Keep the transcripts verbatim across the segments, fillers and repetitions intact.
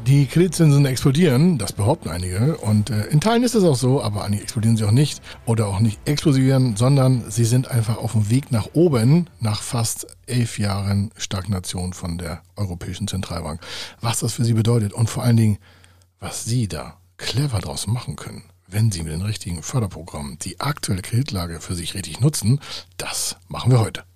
Die Kreditzinsen explodieren, das behaupten einige. Und äh, in Teilen ist es auch so, aber eigentlich explodieren sie auch nicht oder auch nicht explodieren, sondern sie sind einfach auf dem Weg nach oben nach fast elf Jahren Stagnation von der Europäischen Zentralbank. Was das für sie bedeutet und vor allen Dingen, was sie da clever draus machen können, wenn sie mit den richtigen Förderprogrammen die aktuelle Kreditlage für sich richtig nutzen, das machen wir heute.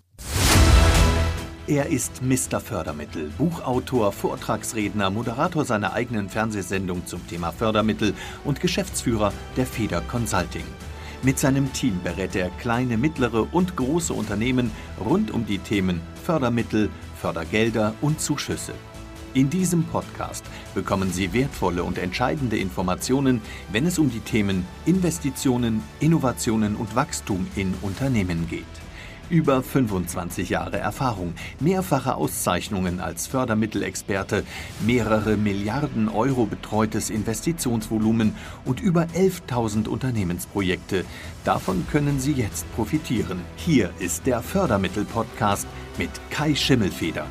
Er ist Mister Fördermittel, Buchautor, Vortragsredner, Moderator seiner eigenen Fernsehsendung zum Thema Fördermittel und Geschäftsführer der Feder Consulting. Mit seinem Team berät er kleine, mittlere und große Unternehmen rund um die Themen Fördermittel, Fördergelder und Zuschüsse. In diesem Podcast bekommen Sie wertvolle und entscheidende Informationen, wenn es um die Themen Investitionen, Innovationen und Wachstum in Unternehmen geht. Über fünfundzwanzig Jahre Erfahrung, mehrfache Auszeichnungen als Fördermittelexperte, mehrere Milliarden Euro betreutes Investitionsvolumen und über elftausend Unternehmensprojekte. Davon können Sie jetzt profitieren. Hier ist der Fördermittel-Podcast mit Kai Schimmelfeder.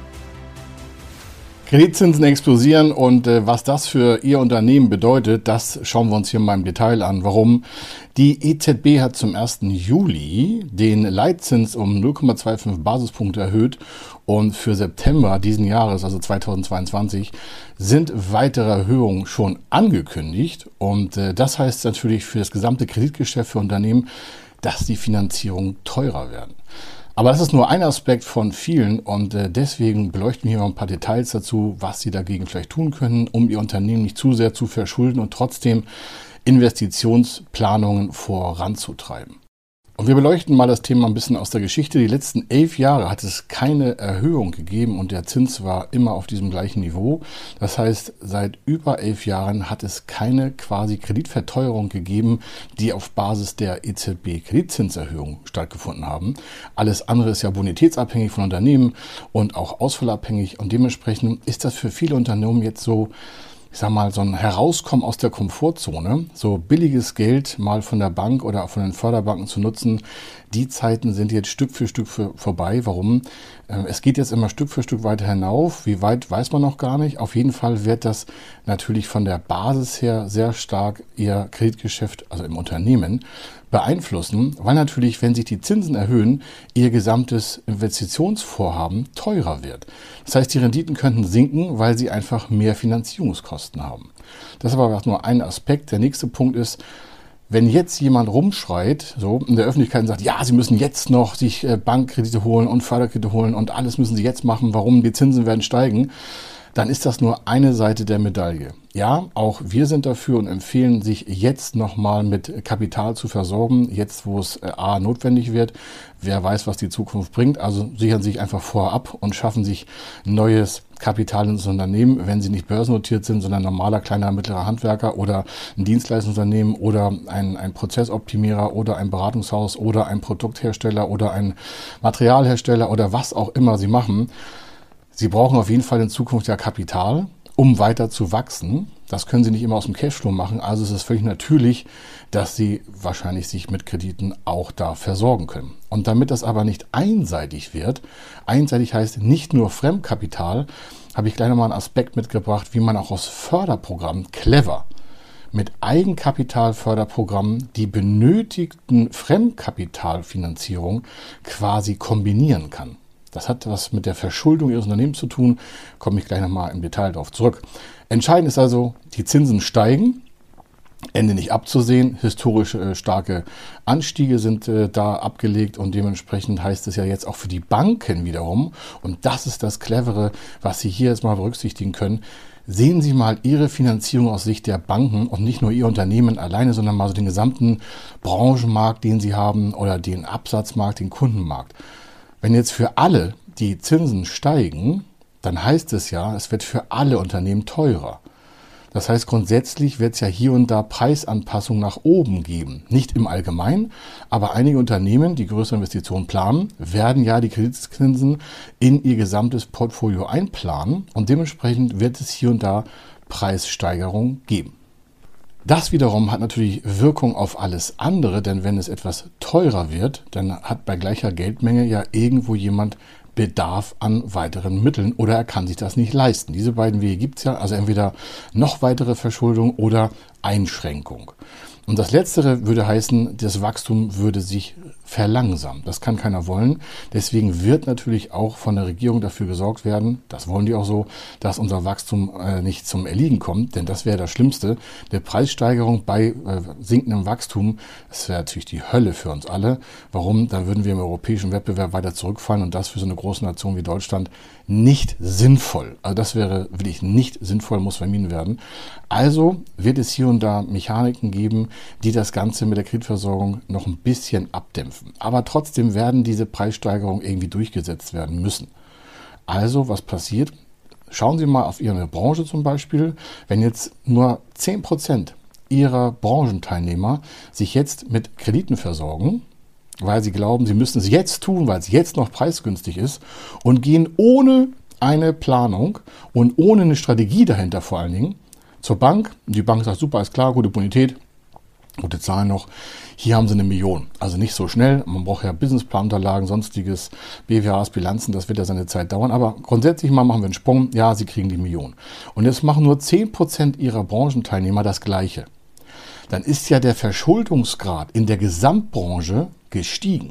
Kreditzinsen explodieren und äh, was das für Ihr Unternehmen bedeutet, das schauen wir uns hier mal im Detail an. Warum? Die E Z B hat zum ersten Juli den Leitzins um null Komma fünfundzwanzig Basispunkte erhöht und für September diesen Jahres, also zweitausendzweiundzwanzig, sind weitere Erhöhungen schon angekündigt und äh, das heißt natürlich für das gesamte Kreditgeschäft für Unternehmen, dass die Finanzierungen teurer werden. Aber das ist nur ein Aspekt von vielen und äh, deswegen beleuchten wir hier mal ein paar Details dazu, was Sie dagegen vielleicht tun können, um Ihr Unternehmen nicht zu sehr zu verschulden und trotzdem Investitionsplanungen voranzutreiben. Und wir beleuchten mal das Thema ein bisschen aus der Geschichte. Die letzten elf Jahre hat es keine Erhöhung gegeben und der Zins war immer auf diesem gleichen Niveau. Das heißt, seit über elf Jahren hat es keine quasi Kreditverteuerung gegeben, die auf Basis der E Z B-Kreditzinserhöhung stattgefunden haben. Alles andere ist ja bonitätsabhängig von Unternehmen und auch ausfallabhängig und dementsprechend ist das für viele Unternehmen jetzt so, ich sag mal, so ein Herauskommen aus der Komfortzone, so billiges Geld mal von der Bank oder von den Förderbanken zu nutzen, die Zeiten sind jetzt Stück für Stück für, vorbei. Warum? Es geht jetzt immer Stück für Stück weiter hinauf. Wie weit, weiß man noch gar nicht. Auf jeden Fall wird das natürlich von der Basis her sehr stark Ihr Kreditgeschäft, also im Unternehmen, beeinflussen, weil natürlich, wenn sich die Zinsen erhöhen, Ihr gesamtes Investitionsvorhaben teurer wird. Das heißt, die Renditen könnten sinken, weil Sie einfach mehr Finanzierungskosten haben. Das ist aber nur ein Aspekt. Der nächste Punkt ist, wenn jetzt jemand rumschreit, so in der Öffentlichkeit und sagt, ja, Sie müssen jetzt noch sich Bankkredite holen und Förderkredite holen und alles müssen Sie jetzt machen, warum die Zinsen werden steigen, dann ist das nur eine Seite der Medaille. Ja, auch wir sind dafür und empfehlen, sich jetzt nochmal mit Kapital zu versorgen, jetzt wo es äh, A notwendig wird. Wer weiß, was die Zukunft bringt. Also sichern Sie sich einfach vorher ab und schaffen sich neues Kapital ins Unternehmen, wenn Sie nicht börsennotiert sind, sondern normaler, kleiner, mittlerer Handwerker oder ein Dienstleistungsunternehmen oder ein, ein Prozessoptimierer oder ein Beratungshaus oder ein Produkthersteller oder ein Materialhersteller oder was auch immer Sie machen. Sie brauchen auf jeden Fall in Zukunft ja Kapital, um weiter zu wachsen. Das können Sie nicht immer aus dem Cashflow machen. Also es ist völlig natürlich, dass Sie wahrscheinlich sich mit Krediten auch da versorgen können. Und damit das aber nicht einseitig wird, einseitig heißt nicht nur Fremdkapital, habe ich gleich nochmal einen Aspekt mitgebracht, wie man auch aus Förderprogrammen clever mit Eigenkapitalförderprogrammen die benötigten Fremdkapitalfinanzierung quasi kombinieren kann. Das hat was mit der Verschuldung Ihres Unternehmens zu tun, komme ich gleich nochmal im Detail darauf zurück. Entscheidend ist also, die Zinsen steigen, Ende nicht abzusehen, historisch äh, starke Anstiege sind äh, da abgelegt und dementsprechend heißt es ja jetzt auch für die Banken wiederum, und das ist das Clevere, was Sie hier jetzt mal berücksichtigen können, sehen Sie mal Ihre Finanzierung aus Sicht der Banken und nicht nur Ihr Unternehmen alleine, sondern mal so den gesamten Branchenmarkt, den Sie haben oder den Absatzmarkt, den Kundenmarkt. Wenn jetzt für alle die Zinsen steigen, dann heißt es ja, es wird für alle Unternehmen teurer. Das heißt, grundsätzlich wird es ja hier und da Preisanpassungen nach oben geben. Nicht im Allgemeinen, aber einige Unternehmen, die größere Investitionen planen, werden ja die Kreditzinsen in ihr gesamtes Portfolio einplanen und dementsprechend wird es hier und da Preissteigerungen geben. Das wiederum hat natürlich Wirkung auf alles andere, denn wenn es etwas teurer wird, dann hat bei gleicher Geldmenge ja irgendwo jemand Bedarf an weiteren Mitteln oder er kann sich das nicht leisten. Diese beiden Wege gibt es ja, also entweder noch weitere Verschuldung oder Einschränkung. Und das Letztere würde heißen, das Wachstum würde sich verlangsamen. Das kann keiner wollen. Deswegen wird natürlich auch von der Regierung dafür gesorgt werden, das wollen die auch so, dass unser Wachstum äh, nicht zum Erliegen kommt. Denn das wäre das Schlimmste. Eine Preissteigerung bei äh, sinkendem Wachstum, das wäre natürlich die Hölle für uns alle. Warum? Dann würden wir im europäischen Wettbewerb weiter zurückfallen und das für so eine große Nation wie Deutschland nicht sinnvoll. Also das wäre wirklich nicht sinnvoll, muss vermieden werden. Also wird es hier und da Mechaniken geben, die das Ganze mit der Kreditversorgung noch ein bisschen abdämpfen. Aber trotzdem werden diese Preissteigerungen irgendwie durchgesetzt werden müssen. Also, was passiert? Schauen Sie mal auf Ihre Branche zum Beispiel. Wenn jetzt nur zehn Prozent Ihrer Branchenteilnehmer sich jetzt mit Krediten versorgen, weil sie glauben, sie müssen es jetzt tun, weil es jetzt noch preisgünstig ist und gehen ohne eine Planung und ohne eine Strategie dahinter vor allen Dingen zur Bank. Die Bank sagt, super, ist klar, gute Bonität, gute Zahlen noch. Hier haben sie eine Million. Also nicht so schnell. Man braucht ja Businessplanunterlagen, sonstiges, B W As, Bilanzen. Das wird ja seine Zeit dauern. Aber grundsätzlich mal machen wir einen Sprung. Ja, sie kriegen die Million. Und jetzt machen nur zehn Prozent ihrer Branchenteilnehmer das Gleiche. Dann ist ja der Verschuldungsgrad in der Gesamtbranche gestiegen.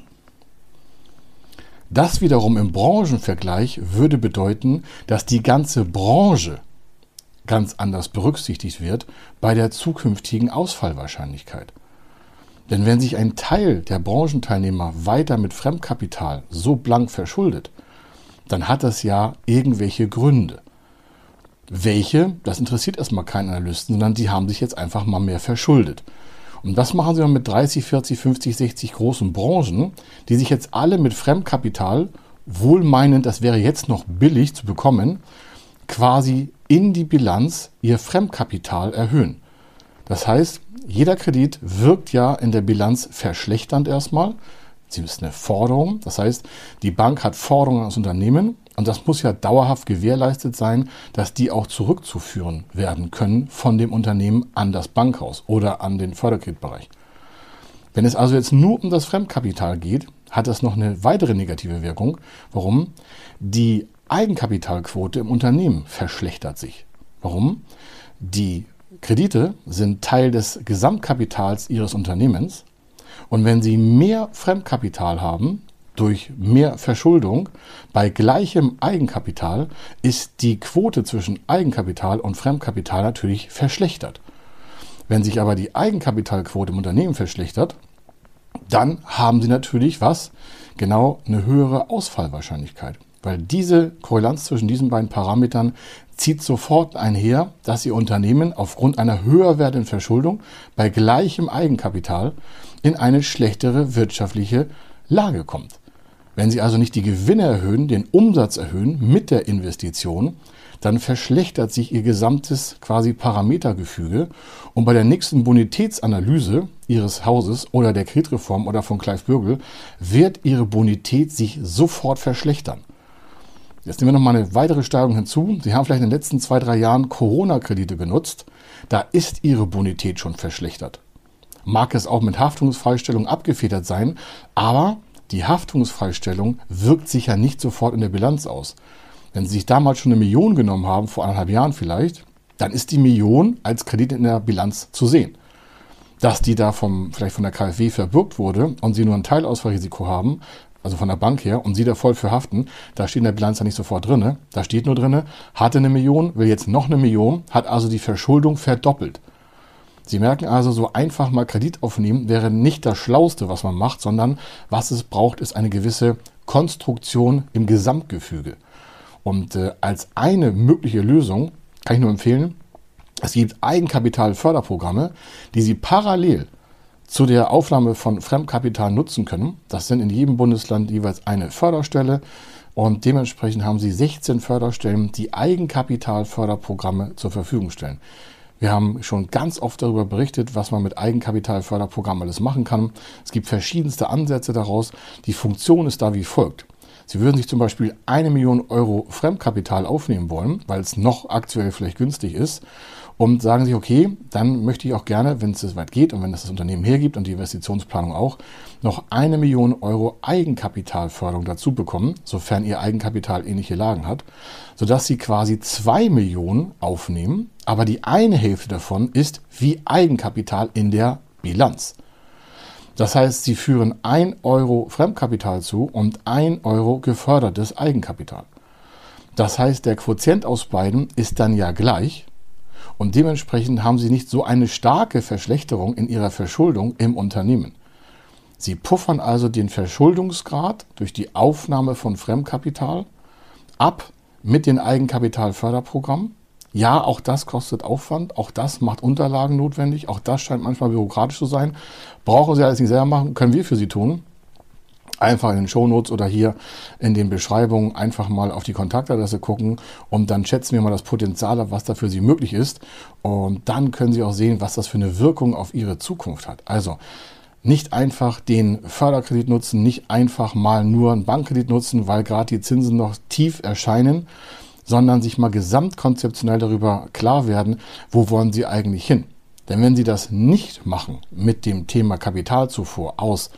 Das wiederum im Branchenvergleich würde bedeuten, dass die ganze Branche ganz anders berücksichtigt wird bei der zukünftigen Ausfallwahrscheinlichkeit. Denn wenn sich ein Teil der Branchenteilnehmer weiter mit Fremdkapital so blank verschuldet, dann hat das ja irgendwelche Gründe. Welche, das interessiert erstmal keinen Analysten, sondern die haben sich jetzt einfach mal mehr verschuldet. Und das machen sie mal mit dreißig, vierzig, fünfzig, sechzig großen Branchen, die sich jetzt alle mit Fremdkapital, wohlmeinend, das wäre jetzt noch billig zu bekommen, quasi in die Bilanz ihr Fremdkapital erhöhen. Das heißt, jeder Kredit wirkt ja in der Bilanz verschlechternd erstmal. Sie ist eine Forderung. Das heißt, die Bank hat Forderungen ans Unternehmen und das muss ja dauerhaft gewährleistet sein, dass die auch zurückzuführen werden können von dem Unternehmen an das Bankhaus oder an den Förderkreditbereich. Wenn es also jetzt nur um das Fremdkapital geht, hat das noch eine weitere negative Wirkung. Warum? Die Eigenkapitalquote im Unternehmen verschlechtert sich. Warum? Die Kredite sind Teil des Gesamtkapitals Ihres Unternehmens und wenn Sie mehr Fremdkapital haben, durch mehr Verschuldung, bei gleichem Eigenkapital, ist die Quote zwischen Eigenkapital und Fremdkapital natürlich verschlechtert. Wenn sich aber die Eigenkapitalquote im Unternehmen verschlechtert, dann haben Sie natürlich was? Genau eine höhere Ausfallwahrscheinlichkeit. Weil diese Korrelanz zwischen diesen beiden Parametern zieht sofort einher, dass Ihr Unternehmen aufgrund einer höher werdenden Verschuldung bei gleichem Eigenkapital in eine schlechtere wirtschaftliche Lage kommt. Wenn Sie also nicht die Gewinne erhöhen, den Umsatz erhöhen mit der Investition, dann verschlechtert sich Ihr gesamtes quasi Parametergefüge und bei der nächsten Bonitätsanalyse Ihres Hauses oder der Kreditreform oder von Clive Bürgel wird Ihre Bonität sich sofort verschlechtern. Jetzt nehmen wir noch mal eine weitere Steigerung hinzu. Sie haben vielleicht in den letzten zwei, drei Jahren Corona-Kredite genutzt. Da ist Ihre Bonität schon verschlechtert. Mag es auch mit Haftungsfreistellung abgefedert sein, aber die Haftungsfreistellung wirkt sich ja nicht sofort in der Bilanz aus. Wenn Sie sich damals schon eine Million genommen haben, vor anderthalb Jahren vielleicht, dann ist die Million als Kredit in der Bilanz zu sehen. Dass die da vom, vielleicht von der K f W verbürgt wurde und Sie nur ein Teilausfallrisiko haben, also von der Bank her, und Sie da voll für haften, da steht in der Bilanz ja nicht sofort drin. Da steht nur drin, hatte eine Million, will jetzt noch eine Million, hat also die Verschuldung verdoppelt. Sie merken also, so einfach mal Kredit aufnehmen wäre nicht das Schlauste, was man macht, sondern was es braucht, ist eine gewisse Konstruktion im Gesamtgefüge. Und äh, als eine mögliche Lösung kann ich nur empfehlen, es gibt Eigenkapitalförderprogramme, die Sie parallel zu der Aufnahme von Fremdkapital nutzen können. Das sind in jedem Bundesland jeweils eine Förderstelle und dementsprechend haben Sie sechzehn Förderstellen, die Eigenkapitalförderprogramme zur Verfügung stellen. Wir haben schon ganz oft darüber berichtet, was man mit Eigenkapitalförderprogrammen alles machen kann. Es gibt verschiedenste Ansätze daraus. Die Funktion ist da wie folgt. Sie würden sich zum Beispiel eine Million Euro Fremdkapital aufnehmen wollen, weil es noch aktuell vielleicht günstig ist. und sagen sich, okay, dann möchte ich auch gerne, wenn es so weit geht und wenn das das Unternehmen hergibt und die Investitionsplanung auch, noch eine Million Euro Eigenkapitalförderung dazu bekommen, sofern ihr Eigenkapital ähnliche Lagen hat, sodass sie quasi zwei Millionen aufnehmen, aber die eine Hälfte davon ist wie Eigenkapital in der Bilanz. Das heißt, sie führen ein Euro Fremdkapital zu und ein Euro gefördertes Eigenkapital. Das heißt, der Quotient aus beiden ist dann ja gleich und dementsprechend haben sie nicht so eine starke Verschlechterung in ihrer Verschuldung im Unternehmen. Sie puffern also den Verschuldungsgrad durch die Aufnahme von Fremdkapital ab mit den Eigenkapitalförderprogrammen. Ja, auch das kostet Aufwand, auch das macht Unterlagen notwendig, auch das scheint manchmal bürokratisch zu sein. Brauchen Sie alles nicht selber machen, können wir für Sie tun. Einfach in den Shownotes oder hier in den Beschreibungen einfach mal auf die Kontaktadresse gucken und dann schätzen wir mal das Potenzial ab, was da für Sie möglich ist. Und dann können Sie auch sehen, was das für eine Wirkung auf Ihre Zukunft hat. Also nicht einfach den Förderkredit nutzen, nicht einfach mal nur einen Bankkredit nutzen, weil gerade die Zinsen noch tief erscheinen, sondern sich mal gesamtkonzeptionell darüber klar werden, wo wollen Sie eigentlich hin. Denn wenn Sie das nicht machen mit dem Thema Kapitalzufuhr aus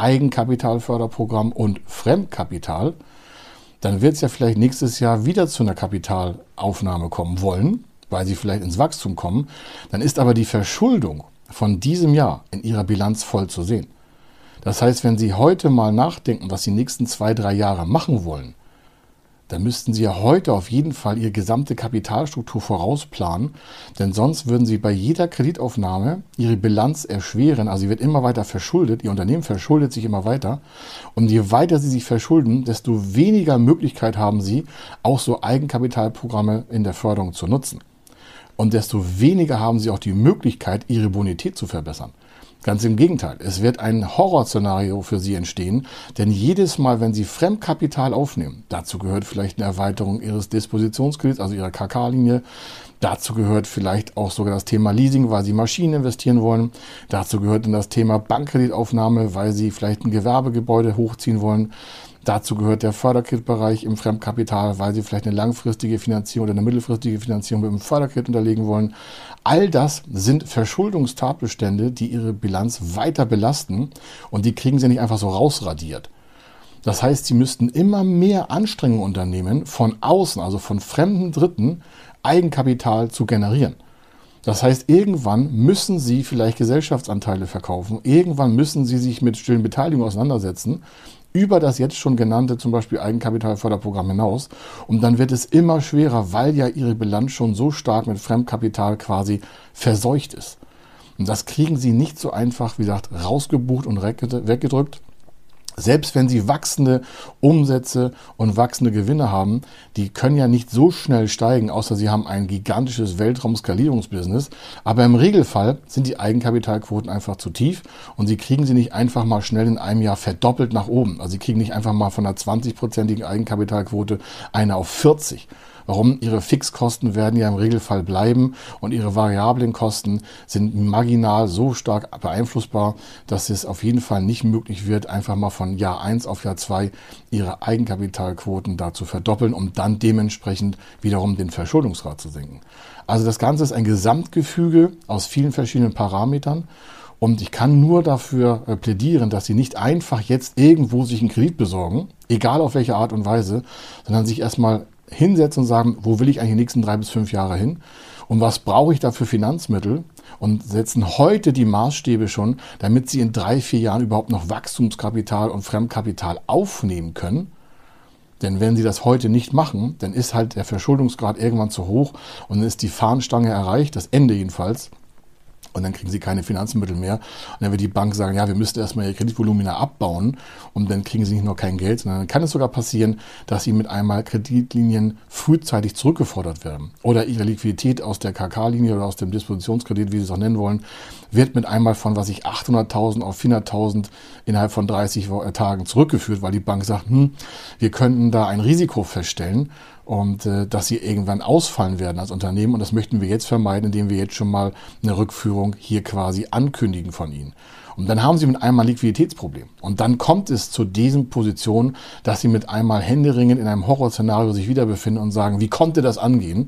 Eigenkapitalförderprogramm und Fremdkapital, dann wird es ja vielleicht nächstes Jahr wieder zu einer Kapitalaufnahme kommen wollen, weil Sie vielleicht ins Wachstum kommen. Dann ist aber die Verschuldung von diesem Jahr in Ihrer Bilanz voll zu sehen. Das heißt, wenn Sie heute mal nachdenken, was Sie die nächsten zwei, drei Jahre machen wollen, dann müssten Sie ja heute auf jeden Fall Ihre gesamte Kapitalstruktur vorausplanen, denn sonst würden Sie bei jeder Kreditaufnahme Ihre Bilanz erschweren. Also sie wird immer weiter verschuldet, Ihr Unternehmen verschuldet sich immer weiter und je weiter Sie sich verschulden, desto weniger Möglichkeit haben Sie, auch so Eigenkapitalprogramme in der Förderung zu nutzen. Und desto weniger haben Sie auch die Möglichkeit, Ihre Bonität zu verbessern. Ganz im Gegenteil, es wird ein Horrorszenario für Sie entstehen, denn jedes Mal, wenn Sie Fremdkapital aufnehmen, dazu gehört vielleicht eine Erweiterung Ihres Dispositionskredits, also Ihrer K K-Linie, dazu gehört vielleicht auch sogar das Thema Leasing, weil Sie Maschinen investieren wollen, dazu gehört dann das Thema Bankkreditaufnahme, weil Sie vielleicht ein Gewerbegebäude hochziehen wollen, dazu gehört der Förderkreditbereich im Fremdkapital, weil Sie vielleicht eine langfristige Finanzierung oder eine mittelfristige Finanzierung mit einem Förderkredit unterlegen wollen. All das sind Verschuldungstatbestände, die Ihre Bilanz weiter belasten und die kriegen Sie nicht einfach so rausradiert. Das heißt, Sie müssten immer mehr Anstrengungen unternehmen, von außen, also von fremden Dritten, Eigenkapital zu generieren. Das heißt, irgendwann müssen Sie vielleicht Gesellschaftsanteile verkaufen, irgendwann müssen Sie sich mit stillen Beteiligungen auseinandersetzen, über das jetzt schon genannte zum Beispiel Eigenkapitalförderprogramm hinaus. Und dann wird es immer schwerer, weil ja Ihre Bilanz schon so stark mit Fremdkapital quasi verseucht ist. Und das kriegen Sie nicht so einfach, wie gesagt, rausgebucht und weggedrückt. Selbst wenn Sie wachsende Umsätze und wachsende Gewinne haben, die können ja nicht so schnell steigen, außer Sie haben ein gigantisches Weltraum-Skalierungsbusiness. Aber im Regelfall sind die Eigenkapitalquoten einfach zu tief und Sie kriegen sie nicht einfach mal schnell in einem Jahr verdoppelt nach oben. Also Sie kriegen nicht einfach mal von einer zwanzig-prozentigen Eigenkapitalquote eine auf vierzig. Warum? Ihre Fixkosten werden ja im Regelfall bleiben und Ihre variablen Kosten sind marginal so stark beeinflussbar, dass es auf jeden Fall nicht möglich wird, einfach mal von Jahr eins auf Jahr zwei Ihre Eigenkapitalquoten da zu verdoppeln, um dann dementsprechend wiederum den Verschuldungsgrad zu senken. Also das Ganze ist ein Gesamtgefüge aus vielen verschiedenen Parametern. Und ich kann nur dafür plädieren, dass Sie nicht einfach jetzt irgendwo sich einen Kredit besorgen, egal auf welche Art und Weise, sondern sich erstmal hinsetzen und sagen, wo will ich eigentlich die nächsten drei bis fünf Jahre hin und was brauche ich da für Finanzmittel und setzen heute die Maßstäbe schon, damit Sie in drei, vier Jahren überhaupt noch Wachstumskapital und Fremdkapital aufnehmen können. Denn wenn Sie das heute nicht machen, dann ist halt der Verschuldungsgrad irgendwann zu hoch und dann ist die Fahnenstange erreicht, das Ende jedenfalls. Und dann kriegen Sie keine Finanzmittel mehr. Und dann wird die Bank sagen, ja, wir müssten erstmal Ihr Kreditvolumina abbauen und dann kriegen Sie nicht nur kein Geld, sondern dann kann es sogar passieren, dass Sie mit einmal Kreditlinien frühzeitig zurückgefordert werden. Oder Ihre Liquidität aus der K K-Linie oder aus dem Dispositionskredit, wie Sie es auch nennen wollen, wird mit einmal von, was ich, achthunderttausend auf vierhunderttausend innerhalb von dreißig Tagen zurückgeführt, weil die Bank sagt, hm, wir könnten da ein Risiko feststellen und äh, dass sie irgendwann ausfallen werden als Unternehmen. Und das möchten wir jetzt vermeiden, indem wir jetzt schon mal eine Rückführung hier quasi ankündigen von Ihnen. Und dann haben Sie mit einmal ein Liquiditätsproblem. Und dann kommt es zu diesen Positionen, dass Sie mit einmal händeringend in einem Horrorszenario sich wieder befinden und sagen, wie konnte das angehen?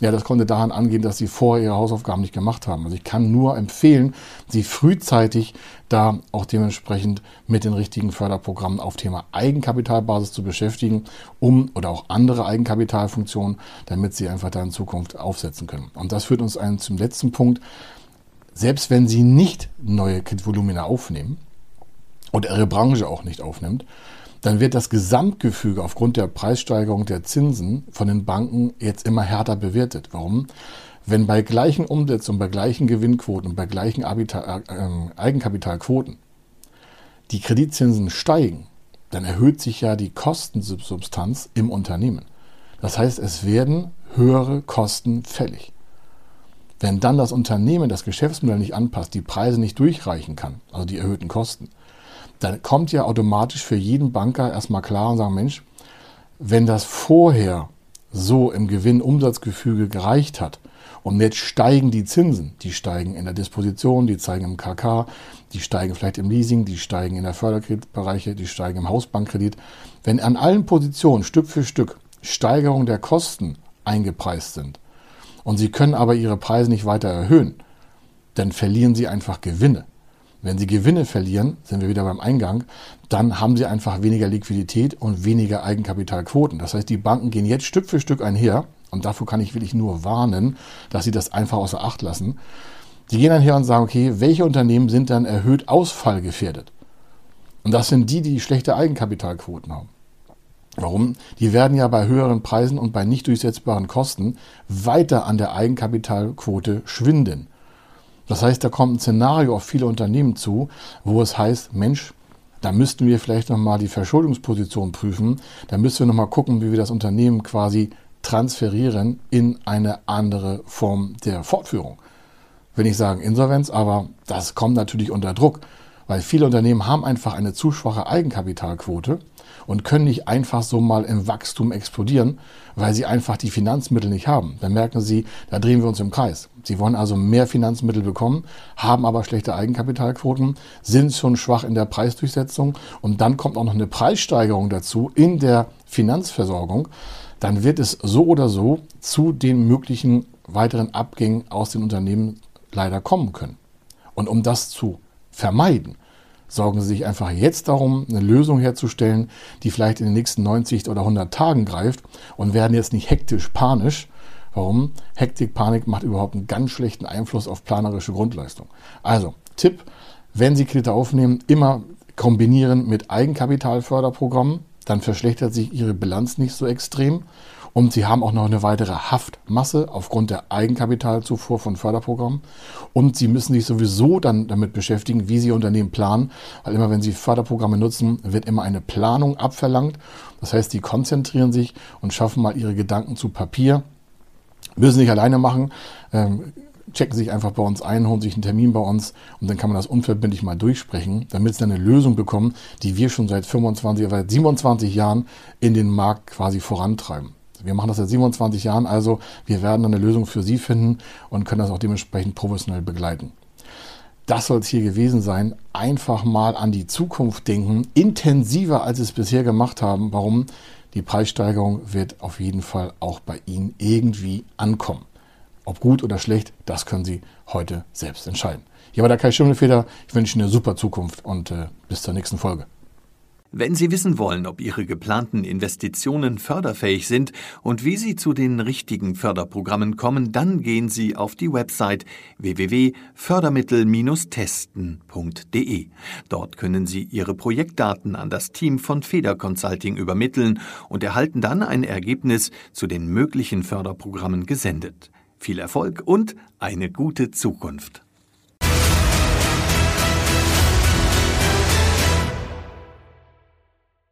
Ja, das konnte daran angehen, dass Sie vorher Ihre Hausaufgaben nicht gemacht haben. Also ich kann nur empfehlen, Sie frühzeitig da auch dementsprechend mit den richtigen Förderprogrammen auf Thema Eigenkapitalbasis zu beschäftigen, um oder auch andere Eigenkapitalfunktionen, damit Sie einfach da in Zukunft aufsetzen können. Und das führt uns ein, zum letzten Punkt. Selbst wenn Sie nicht neue Kreditvolumina aufnehmen und Ihre Branche auch nicht aufnimmt, dann wird das Gesamtgefüge aufgrund der Preissteigerung der Zinsen von den Banken jetzt immer härter bewertet. Warum? Wenn bei gleichen Umsätzen und bei gleichen Gewinnquoten und bei gleichen Habitat, äh, Eigenkapitalquoten die Kreditzinsen steigen, dann erhöht sich ja die Kostensubstanz im Unternehmen. Das heißt, es werden höhere Kosten fällig. Wenn dann das Unternehmen das Geschäftsmodell nicht anpasst, die Preise nicht durchreichen kann, also die erhöhten Kosten, dann kommt ja automatisch für jeden Banker erstmal klar und sagen, Mensch, wenn das vorher so im Gewinn-Umsatzgefüge gereicht hat und jetzt steigen die Zinsen, die steigen in der Disposition, die steigen im K K, die steigen vielleicht im Leasing, die steigen in der Förderkreditbereiche, die steigen im Hausbankkredit. Wenn an allen Positionen Stück für Stück Steigerung der Kosten eingepreist sind und Sie können aber Ihre Preise nicht weiter erhöhen, dann verlieren Sie einfach Gewinne. Wenn Sie Gewinne verlieren, sind wir wieder beim Eingang, dann haben Sie einfach weniger Liquidität und weniger Eigenkapitalquoten. Das heißt, die Banken gehen jetzt Stück für Stück einher, und davor kann ich wirklich nur warnen, dass Sie das einfach außer Acht lassen. Die gehen einher und sagen, okay, welche Unternehmen sind dann erhöht ausfallgefährdet? Und das sind die, die schlechte Eigenkapitalquoten haben. Warum? Die werden ja bei höheren Preisen und bei nicht durchsetzbaren Kosten weiter an der Eigenkapitalquote schwinden. Das heißt, da kommt ein Szenario auf viele Unternehmen zu, wo es heißt, Mensch, da müssten wir vielleicht nochmal die Verschuldungsposition prüfen, da müssen wir nochmal gucken, wie wir das Unternehmen quasi transferieren in eine andere Form der Fortführung. Will nicht sagen Insolvenz, aber das kommt natürlich unter Druck, weil viele Unternehmen haben einfach eine zu schwache Eigenkapitalquote und können nicht einfach so mal im Wachstum explodieren, weil sie einfach die Finanzmittel nicht haben. Dann merken sie, da drehen wir uns im Kreis. Sie wollen also mehr Finanzmittel bekommen, haben aber schlechte Eigenkapitalquoten, sind schon schwach in der Preisdurchsetzung und dann kommt auch noch eine Preissteigerung dazu in der Finanzversorgung. Dann wird es so oder so zu den möglichen weiteren Abgängen aus den Unternehmen leider kommen können. Und um das zu vermeiden, sorgen Sie sich einfach jetzt darum, eine Lösung herzustellen, die vielleicht in den nächsten neunzig oder hundert Tagen greift und werden jetzt nicht hektisch panisch. Warum? Hektik, Panik macht überhaupt einen ganz schlechten Einfluss auf planerische Grundleistung. Also, Tipp, wenn Sie Kredite aufnehmen, immer kombinieren mit Eigenkapitalförderprogrammen, dann verschlechtert sich Ihre Bilanz nicht so extrem. Und Sie haben auch noch eine weitere Haftmasse aufgrund der Eigenkapitalzufuhr von Förderprogrammen. Und Sie müssen sich sowieso dann damit beschäftigen, wie Sie Ihr Unternehmen planen. Weil immer, wenn Sie Förderprogramme nutzen, wird immer eine Planung abverlangt. Das heißt, Sie konzentrieren sich und schaffen mal Ihre Gedanken zu Papier. Müssen Sie nicht alleine machen. Ähm, checken Sie sich einfach bei uns ein, holen sich einen Termin bei uns und dann kann man das unverbindlich mal durchsprechen, damit Sie eine Lösung bekommen, die wir schon seit fünfundzwanzig, seit siebenundzwanzig Jahren in den Markt quasi vorantreiben. Wir machen das seit siebenundzwanzig Jahren, also wir werden eine Lösung für Sie finden und können das auch dementsprechend professionell begleiten. Das soll es hier gewesen sein. Einfach mal an die Zukunft denken, intensiver als Sie es bisher gemacht haben. Warum? Die Preissteigerung wird auf jeden Fall auch bei Ihnen irgendwie ankommen. Ob gut oder schlecht, das können Sie heute selbst entscheiden. Hier war der Kai Schimmelfeder. Ich wünsche Ihnen eine super Zukunft und äh, bis zur nächsten Folge. Wenn Sie wissen wollen, ob Ihre geplanten Investitionen förderfähig sind und wie Sie zu den richtigen Förderprogrammen kommen, dann gehen Sie auf die Website w w w punkt fördermittel Bindestrich testen punkt d e. Dort können Sie Ihre Projektdaten an das Team von Feder Consulting übermitteln und erhalten dann ein Ergebnis zu den möglichen Förderprogrammen gesendet. Viel Erfolg und eine gute Zukunft!